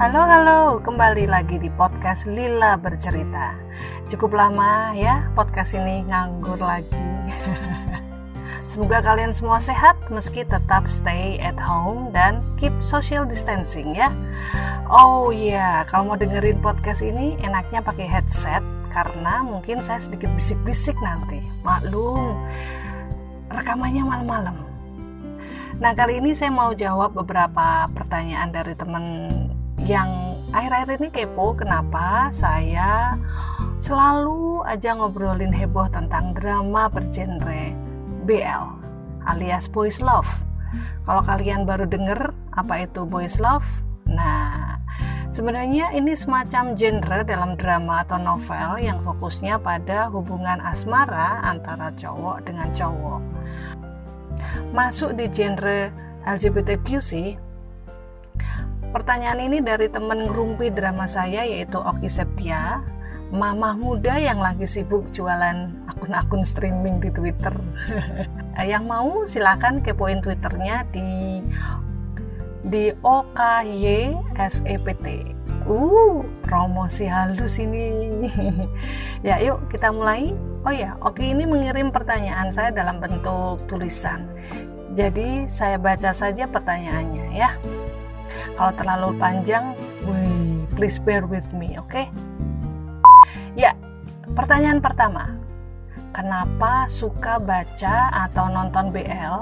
Halo, kembali lagi di podcast Lila Bercerita. Cukup lama ya podcast ini nganggur lagi. Semoga kalian semua sehat meski tetap stay at home dan keep social distancing ya. Oh iya, kalau mau dengerin podcast ini enaknya pakai headset karena mungkin saya sedikit bisik-bisik nanti. Maklum, rekamannya malam-malam. Nah, kali ini saya mau jawab beberapa pertanyaan dari teman yang akhir-akhir ini kepo kenapa saya selalu aja ngobrolin heboh tentang drama bergenre BL alias boys love. Kalau kalian baru denger apa itu boys love, nah sebenarnya ini semacam genre dalam drama atau novel yang fokusnya pada hubungan asmara antara cowok dengan cowok. Masuk di genre LGBTQ sih. Pertanyaan ini dari temen ngerumpi drama saya yaitu Oki Septia, mamah muda yang lagi sibuk jualan akun-akun streaming di Twitter. Yang mau silakan kepoin Twitternya di OKYSEPT. Promosi halus ini. Ya, yuk kita mulai. Oh ya, Oki ini mengirim pertanyaan saya dalam bentuk tulisan. Jadi saya baca saja pertanyaannya ya. Kalau terlalu panjang, please bear with me, oke? Ya, pertanyaan pertama. Kenapa suka baca atau nonton BL?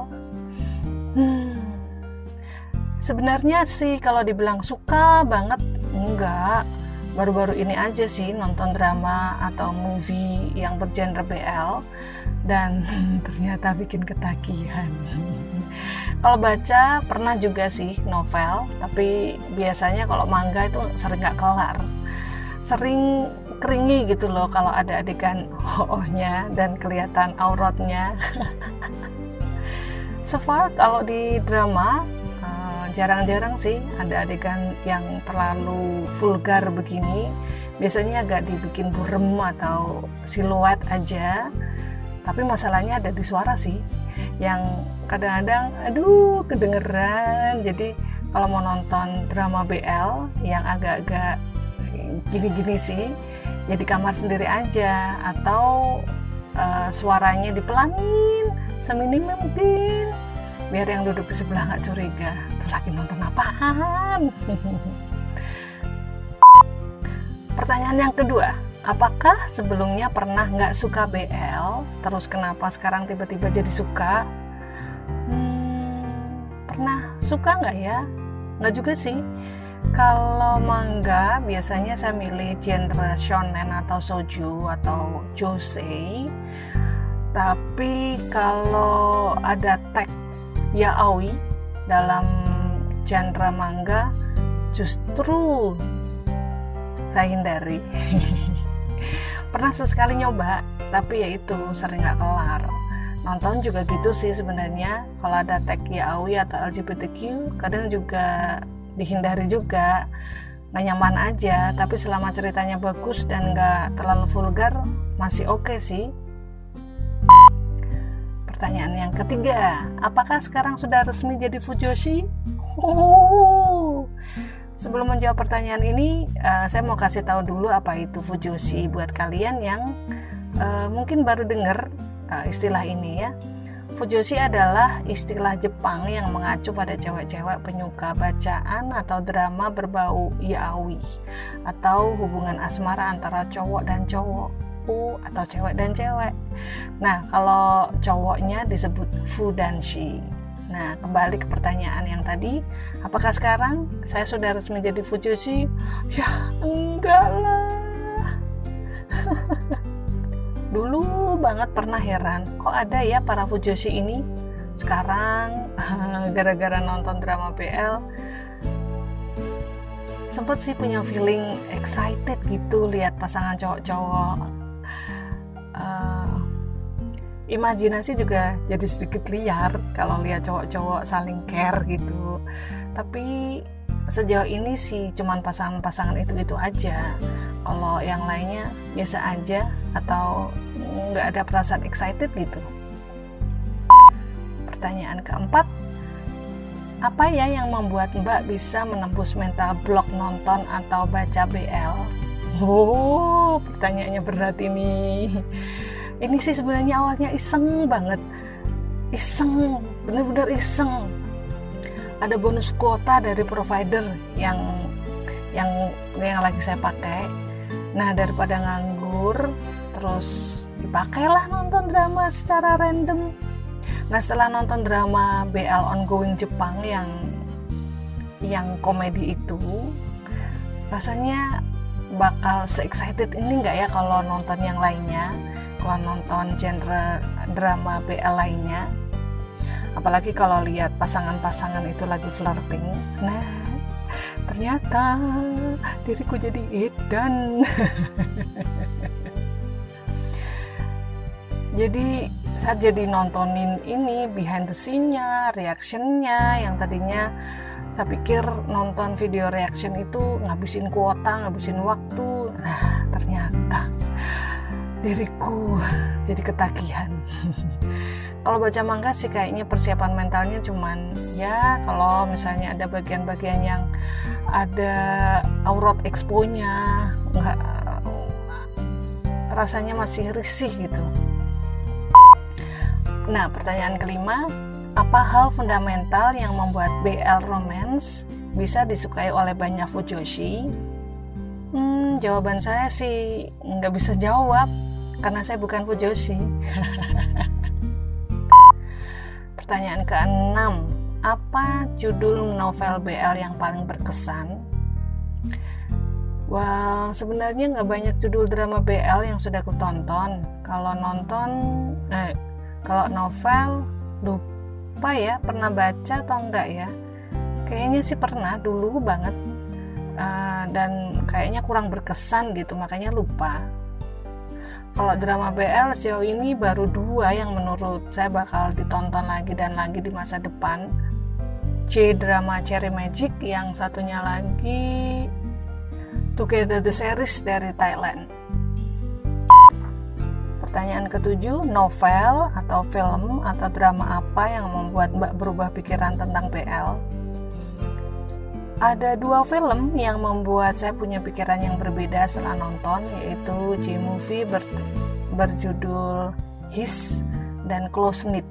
Sebenarnya sih kalau dibilang suka banget, enggak. Baru-baru ini aja sih nonton drama atau movie yang bergenre BL dan ternyata bikin ketagihan. Kalau baca pernah juga sih novel, tapi biasanya kalau manga itu sering gak kelar, sering keringi gitu loh kalau ada adegan ho-ohnya dan kelihatan auratnya. So far kalau di drama jarang-jarang sih ada adegan yang terlalu vulgar begini. Biasanya agak dibikin burem atau siluet aja, tapi masalahnya ada di suara sih yang kadang-kadang kedengeran. Jadi kalau mau nonton drama BL yang agak-agak gini-gini sih ya di kamar sendiri aja atau suaranya dipelanin seminim mungkin biar yang duduk di sebelah gak curiga tuh lagi nonton apaan. Pertanyaan yang kedua, apakah sebelumnya pernah gak suka BL terus kenapa sekarang tiba-tiba jadi suka? Pernah suka gak ya? Gak juga sih. Kalau manga biasanya saya milih genre shonen atau shoujo atau josei. Tapi kalau ada tag yaoi dalam genre manga justru saya hindari. Pernah sesekali nyoba, tapi ya itu sering gak kelar. Nonton juga gitu sih sebenarnya. Kalau ada tag yaoi atau LGBTQ kadang juga dihindari juga, nggak nyaman aja. Tapi selama ceritanya bagus dan nggak terlalu vulgar masih oke sih. Pertanyaan yang ketiga, apakah sekarang sudah resmi jadi fujoshi? Sebelum menjawab pertanyaan ini, saya mau kasih tahu dulu apa itu fujoshi buat kalian yang mungkin baru dengar istilah ini ya. Fujoshi adalah istilah Jepang yang mengacu pada cewek-cewek penyuka bacaan atau drama berbau yaoi atau hubungan asmara antara cowok dan cowok atau cewek dan cewek. Nah, kalau cowoknya disebut fudanshi. Nah, kembali ke pertanyaan yang tadi, apakah sekarang saya sudah resmi jadi fujoshi? Ya, enggak lah. Dulu banget pernah heran, kok ada ya para fujoshi ini? Sekarang gara-gara nonton drama BL sempet sih punya feeling excited gitu lihat pasangan cowok-cowok. Imajinasi juga jadi sedikit liar kalau lihat cowok-cowok saling care gitu. Tapi sejauh ini sih cuman pasangan-pasangan itu aja. Kalau yang lainnya biasa aja atau nggak ada perasaan excited gitu. Pertanyaan keempat, Apa ya yang membuat Mbak bisa menembus mental block nonton atau baca BL? Oh, pertanyaannya berat ini. Ini sih sebenarnya awalnya iseng banget. Iseng, bener-bener iseng. Ada bonus kuota dari provider yang lagi saya pakai. Nah, daripada nganggur, terus dipakailah nonton drama secara random. Nah, setelah nonton drama BL ongoing Jepang yang komedi itu, rasanya bakal se-excited ini nggak ya kalau nonton yang lainnya, kalau nonton genre drama BL lainnya. Apalagi kalau lihat pasangan-pasangan itu lagi flirting. Nah, ternyata diriku jadi edan. Jadi saat jadi nontonin ini behind the scene-nya, reaction-nya, yang tadinya saya pikir nonton video reaction itu ngabisin kuota, ngabisin waktu. Nah, ternyata diriku jadi ketagihan. Kalau baca manga sih kayaknya persiapan mentalnya cuman ya kalau misalnya ada bagian-bagian yang ada aurat expo-nya, rasanya masih risih gitu. Nah, pertanyaan kelima, apa hal fundamental yang membuat BL romance bisa disukai oleh banyak fujoshi? Jawaban saya sih nggak bisa jawab karena saya bukan fujoshi. Pertanyaan keenam, apa judul novel BL yang paling berkesan? Well, sebenarnya nggak banyak judul drama BL yang sudah aku tonton. Kalau novel, lupa ya, pernah baca atau enggak ya? Kayaknya sih pernah, dulu banget. Dan kayaknya kurang berkesan gitu, makanya lupa. Kalau drama BL sejauh ini baru 2 yang menurut saya bakal ditonton lagi dan lagi di masa depan. C-drama Cherry Magic, yang satunya lagi Together the Series dari Thailand. Pertanyaan ketujuh, novel atau film atau drama apa yang membuat Mbak berubah pikiran tentang BL? Ada 2 film yang membuat saya punya pikiran yang berbeda setelah nonton, yaitu J-movie berjudul His dan Close Knit.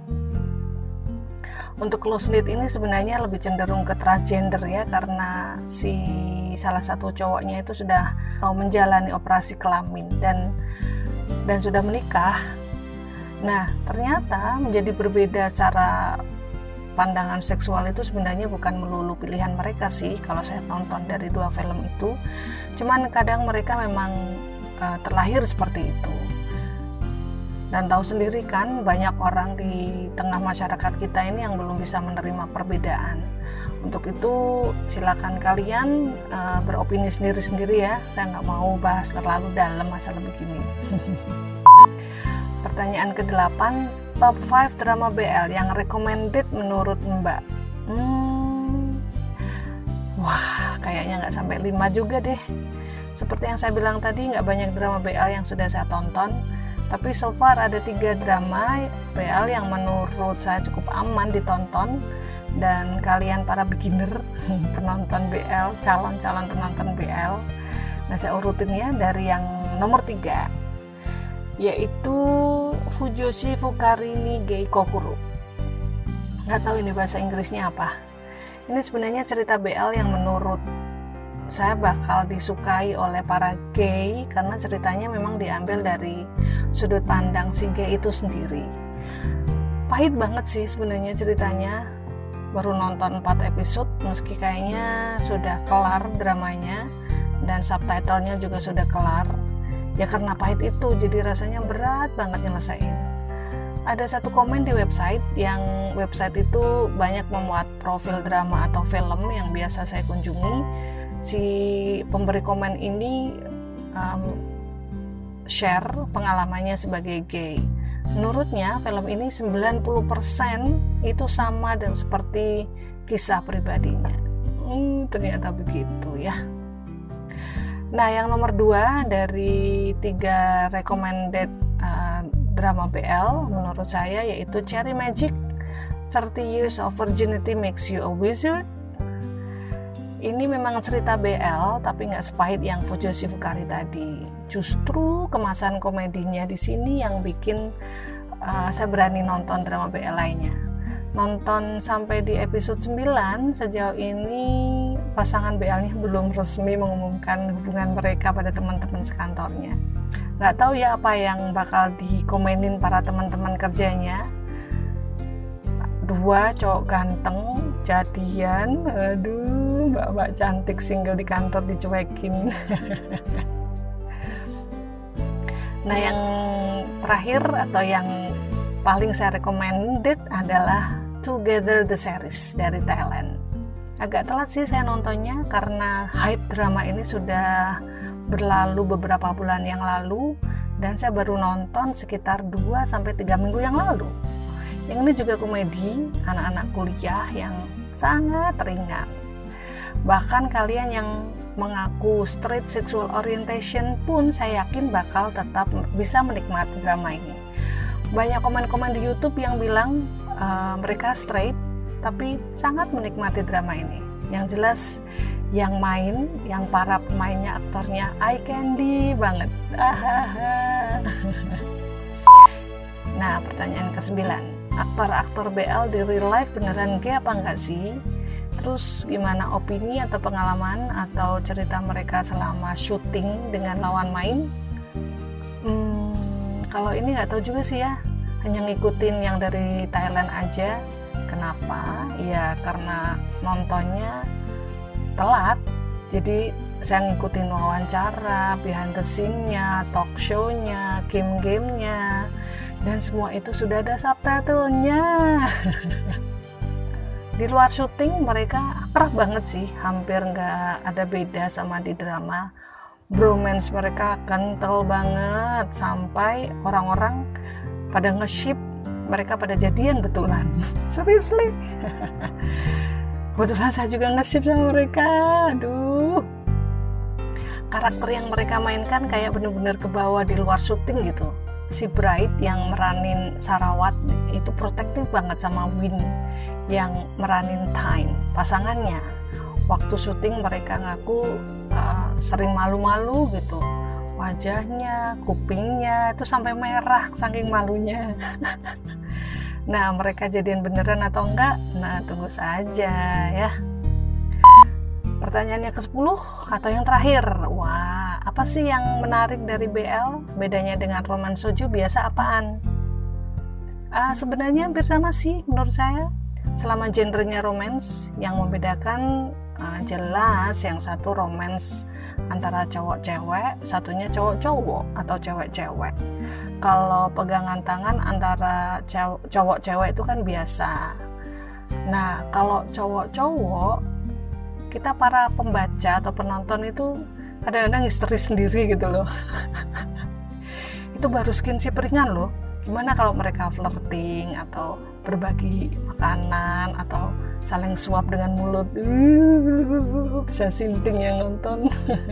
Untuk Close Knit ini sebenarnya lebih cenderung ke transgender ya, karena si salah satu cowoknya itu sudah mau menjalani operasi kelamin dan sudah menikah. Nah, ternyata menjadi berbeda secara pandangan seksual itu sebenarnya bukan melulu pilihan mereka sih kalau saya tonton dari 2 film itu. Cuman kadang mereka memang terlahir seperti itu. Dan tahu sendiri kan, banyak orang di tengah masyarakat kita ini yang belum bisa menerima perbedaan. Untuk itu silakan kalian beropini sendiri-sendiri ya. Saya nggak mau bahas terlalu dalam masalah begini. Pertanyaan ke-8, top 5 drama BL yang recommended menurut Mbak. Wah, kayaknya nggak sampai 5 juga deh. Seperti yang saya bilang tadi, nggak banyak drama BL yang sudah saya tonton. Tapi so far ada 3 drama BL yang menurut saya cukup aman ditonton. Dan kalian para beginner penonton BL, calon-calon penonton BL, nah saya urutinnya dari yang nomor 3, yaitu Fujoshi Fukari ni Geikokuru. Nggak tahu ini bahasa Inggrisnya apa. Ini sebenarnya cerita BL yang menurut saya bakal disukai oleh para gay karena ceritanya memang diambil dari sudut pandang si gay itu sendiri. Pahit banget sih sebenarnya ceritanya. Baru nonton 4 episode meski kayaknya sudah kelar dramanya dan subtitlenya juga sudah kelar. Ya karena pahit itu jadi rasanya berat banget nyelesain. Ada satu komen di website, yang website itu banyak memuat profil drama atau film yang biasa saya kunjungi. Si pemberi komen ini share pengalamannya sebagai gay. Menurutnya film ini 90% itu sama dan seperti kisah pribadinya. Ternyata begitu ya. Nah, yang nomor 2 dari 3 recommended drama BL menurut saya yaitu Cherry Magic. 30 Years of Virginity Makes You a Wizard. Ini memang cerita BL, tapi nggak sepahit yang Fujoshi Fukari tadi. Justru kemasan komedinya di sini yang bikin saya berani nonton drama BL lainnya. Nonton sampai di episode 9, sejauh ini pasangan BL-nya belum resmi mengumumkan hubungan mereka pada teman-teman sekantornya. Nggak tahu ya apa yang bakal dikomenin para teman-teman kerjanya. 2 cowok ganteng jadian, aduh, mbak-mbak cantik single di kantor dicuekin. Nah, yang terakhir atau yang paling saya recommended adalah Together the Series dari Thailand. Agak telat sih saya nontonnya karena hype drama ini sudah berlalu beberapa bulan yang lalu dan saya baru nonton sekitar 2-3 minggu yang lalu. Yang ini juga komedi anak-anak kuliah yang sangat ringan. Bahkan kalian yang mengaku straight sexual orientation pun saya yakin bakal tetap bisa menikmati drama ini. Banyak komen-komen di YouTube yang bilang mereka straight tapi sangat menikmati drama ini. Yang jelas yang main, yang para pemainnya, aktornya eye candy banget. Nah, pertanyaan ke-9. Aktor-aktor BL di real life beneran gay apa enggak sih? Terus gimana opini atau pengalaman atau cerita mereka selama syuting dengan lawan main? Kalau ini nggak tahu juga sih ya, hanya ngikutin yang dari Thailand aja. Kenapa? Ya karena nontonnya telat, jadi saya ngikutin wawancara, behind the scene-nya, talk show-nya, game-gamenya, dan semua itu sudah ada subtitlenya. Di luar syuting mereka akrab banget sih, hampir nggak ada beda sama di drama. Bromance mereka kental banget sampai orang-orang pada nge-ship mereka pada jadian betulan. Seriously. Kebetulan saya juga nge-ship sama mereka. Aduh. Karakter yang mereka mainkan kayak bener-bener kebawa di luar syuting gitu. Si Bright yang meranin Sarawat itu protektif banget sama Win yang meranin Time, pasangannya. Waktu syuting mereka ngaku sering malu-malu gitu, wajahnya, kupingnya itu sampai merah saking malunya. Nah, mereka jadian beneran atau enggak? Nah, tunggu saja ya. Pertanyaannya ke-10 atau yang terakhir. Wah, apa sih yang menarik dari BL? Bedanya dengan romance shoujo biasa apaan? Sebenarnya hampir sama sih menurut saya. Selama genrenya romance, yang membedakan jelas yang satu romance antara cowok-cewek, satunya cowok-cowok atau cewek-cewek. Kalau pegangan tangan antara cowok-cewek itu kan biasa. Nah, kalau cowok-cowok, kita para pembaca atau penonton itu kadang-kadang histeris sendiri gitu loh. Itu baru skinship ringan loh. Gimana kalau mereka flirting atau berbagi makanan atau saling suap dengan mulut? Bisa sinting yang nonton.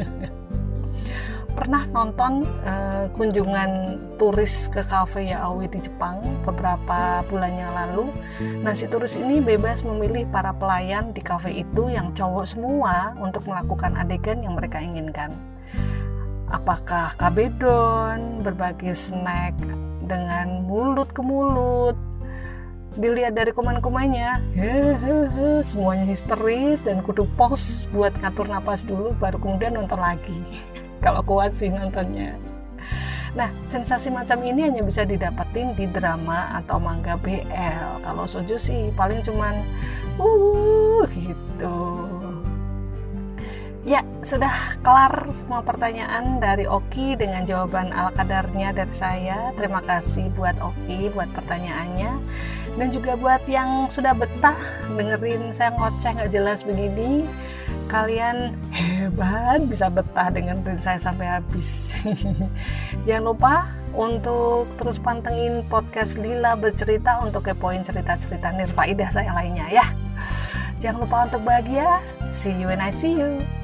Pernah nonton kunjungan turis ke cafe Yaoi di Jepang beberapa bulan yang lalu. Nah, si turis ini bebas memilih para pelayan di cafe itu yang cowok semua untuk melakukan adegan yang mereka inginkan. Apakah kabedon, berbagi snack dengan mulut ke mulut. Dilihat dari komen-komennya, semuanya histeris dan kudu pause buat ngatur napas dulu baru kemudian nonton lagi. Kalau kuat sih nontonnya. Nah, sensasi macam ini hanya bisa didapetin di drama atau manga BL. Kalau shoujo sih paling cuman gitu. Ya, sudah kelar semua pertanyaan dari Oki dengan jawaban ala-kadarnya dari saya. Terima kasih buat Oki buat pertanyaannya. Dan juga buat yang sudah betah dengerin saya ngoceh gak jelas begini. Kalian hebat bisa betah dengerin saya sampai habis. Jangan lupa untuk terus pantengin podcast Lila Bercerita untuk kepoin cerita-cerita nirfaidah saya lainnya ya. Jangan lupa untuk bahagia. See you when I see you.